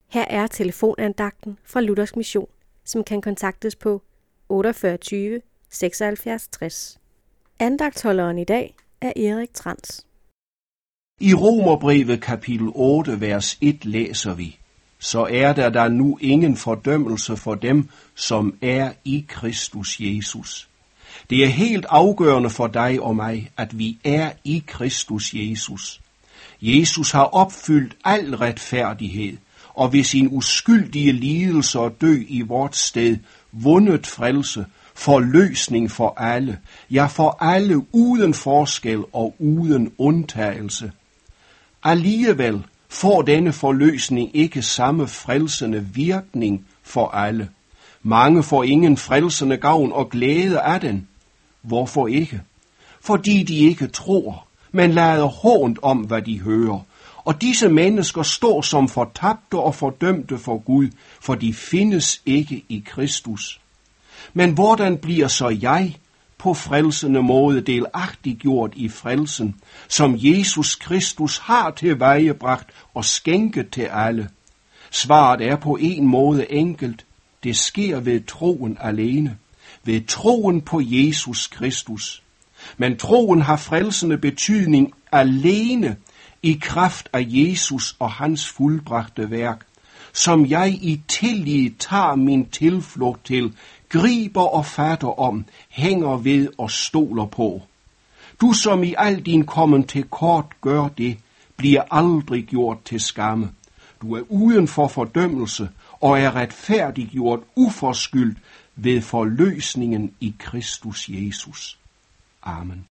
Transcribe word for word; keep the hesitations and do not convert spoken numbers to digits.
Her er telefonandagten fra Luthersk Mission, som kan kontaktes på otteogfyrre tyve seksoghalvfjerds tres. Andagtholderen i dag er Erik Trans. I Romerbrevet kapitel otte, vers et læser vi: Så er der der nu ingen fordømmelse for dem, som er i Kristus Jesus. Det er helt afgørende for dig og mig, at vi er i Kristus Jesus. Jesus har opfyldt al retfærdighed, og ved sin uskyldige lidelse og dø i vort sted, vundet frelse, forløsning for alle, ja for alle uden forskel og uden undtagelse. Alligevel får denne forløsning ikke samme frelsende virkning for alle. Mange får ingen frelsende gavn og glæde af den. Hvorfor ikke? Fordi de ikke tror, men lader hånt om, hvad de hører. Og disse mennesker står som fortabte og fordømte for Gud, for de findes ikke i Kristus. Men hvordan bliver så jeg på frelsende måde delagtiggjort i frelsen, som Jesus Kristus har tilvejebragt og skænket til alle? Svaret er på en måde enkelt. Det sker ved troen alene, ved troen på Jesus Kristus. Men troen har frelsende betydning alene i kraft af Jesus og hans fuldbragte værk, som jeg i tillid tager min tilflugt til, griber og fatter om, hænger ved og stoler på. Du, som i al din kommen til kort gør det, bliver aldrig gjort til skamme. Du er uden for fordømmelse og er retfærdiggjort uforskyldt ved forløsningen i Kristus Jesus. Amen.